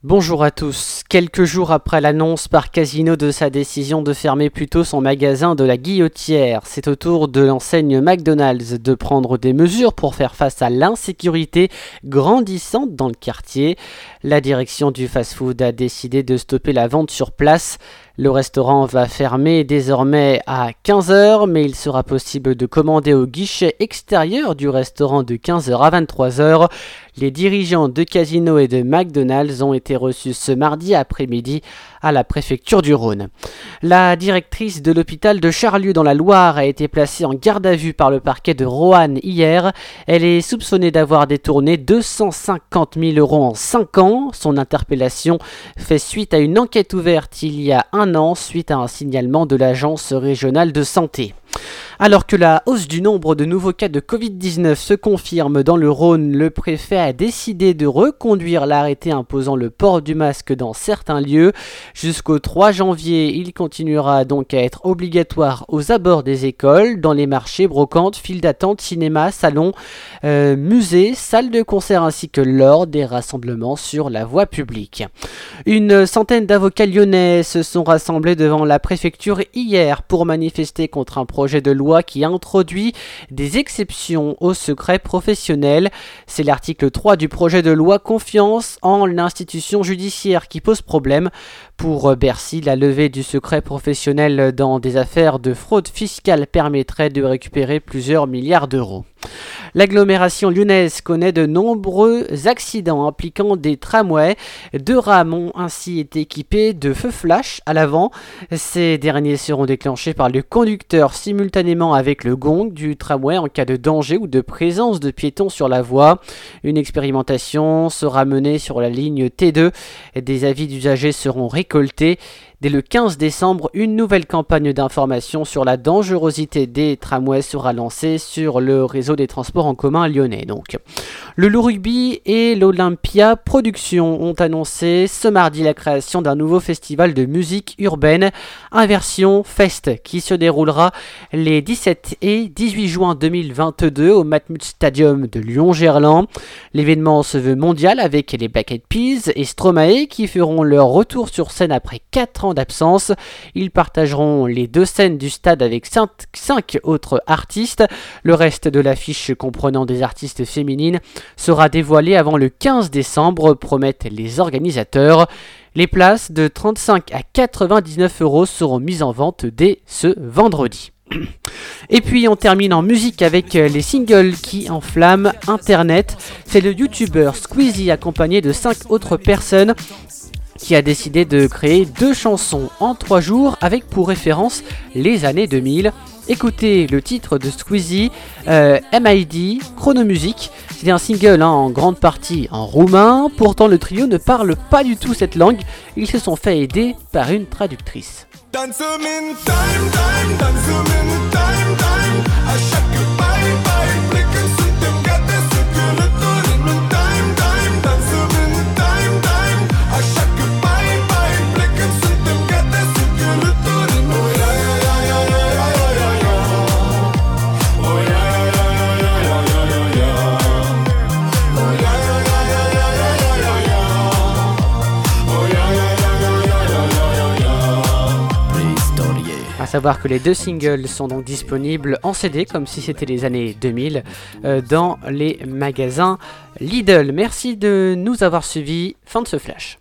Bonjour à tous. Quelques jours après l'annonce par Casino de sa décision de fermer plus tôt son magasin de la Guillotière, c'est au tour de l'enseigne McDonald's de prendre des mesures pour faire face à l'insécurité grandissante dans le quartier. La direction du fast-food a décidé de stopper la vente sur place. Le restaurant va fermer désormais à 15h, mais il sera possible de commander au guichet extérieur du restaurant de 15h à 23h. Les dirigeants de Casino et de McDonald's ont été reçus ce mardi après-midi à la préfecture du Rhône. La directrice de l'hôpital de Charlieu dans la Loire a été placée en garde à vue par le parquet de Roanne hier. Elle est soupçonnée d'avoir détourné 250 000 € en 5 ans. Son interpellation fait suite à une enquête ouverte il y a un an suite à un signalement de l'agence régionale de santé. Alors que la hausse du nombre de nouveaux cas de Covid-19 se confirme dans le Rhône, le préfet a décidé de reconduire l'arrêté imposant le port du masque dans certains lieux. Jusqu'au 3 janvier, il continuera donc à être obligatoire aux abords des écoles, dans les marchés, brocantes, files d'attente, cinémas, salons, musées, salles de concert ainsi que lors des rassemblements sur la voie publique. Une centaine d'avocats lyonnais se sont rassemblés devant la préfecture hier pour manifester contre un projet de loi qui introduit des exceptions au secret professionnel. C'est l'article 3 du projet de loi Confiance en l'institution judiciaire qui pose problème. Pour Bercy, la levée du secret professionnel dans des affaires de fraude fiscale permettrait de récupérer plusieurs milliards d'euros. L'agglomération lyonnaise connaît de nombreux accidents impliquant des tramways. 2 rames ont ainsi été équipées de feux flash à l'avant. Ces derniers seront déclenchés par le conducteur simultanément avec le gong du tramway en cas de danger ou de présence de piétons sur la voie. Une expérimentation sera menée sur la ligne T2. Des avis d'usagers seront récoltés. Dès le 15 décembre, une nouvelle campagne d'information sur la dangerosité des tramways sera lancée sur le réseau des transports en commun lyonnais. Donc, le Loup Rugby et l'Olympia Productions ont annoncé ce mardi la création d'un nouveau festival de musique urbaine, Inversion Fest, qui se déroulera les 17 et 18 juin 2022 au Matmut Stadium de Lyon-Gerland. L'événement se veut mondial avec les Black Eyed Peas et Stromae qui feront leur retour sur scène après 4 ans d'absence. Ils partageront les 2 scènes du stade avec 5 autres artistes. Le reste de l'affiche comprenant des artistes féminines sera dévoilé avant le 15 décembre, promettent les organisateurs. Les places de 35 à 99 € seront mises en vente dès ce vendredi. Et puis on termine en musique avec les singles qui enflamment Internet. C'est le youtubeur Squeezie accompagné de 5 autres personnes qui a décidé de créer 2 chansons en 3 jours avec pour référence les années 2000. Écoutez le titre de Squeezie, MID, Chronomusique. C'est un single en grande partie en roumain. Pourtant le trio ne parle pas du tout cette langue. Ils se sont fait aider par une traductrice. A savoir que les 2 singles sont donc disponibles en CD, comme si c'était les années 2000, dans les magasins Lidl. Merci de nous avoir suivis. Fin de ce flash.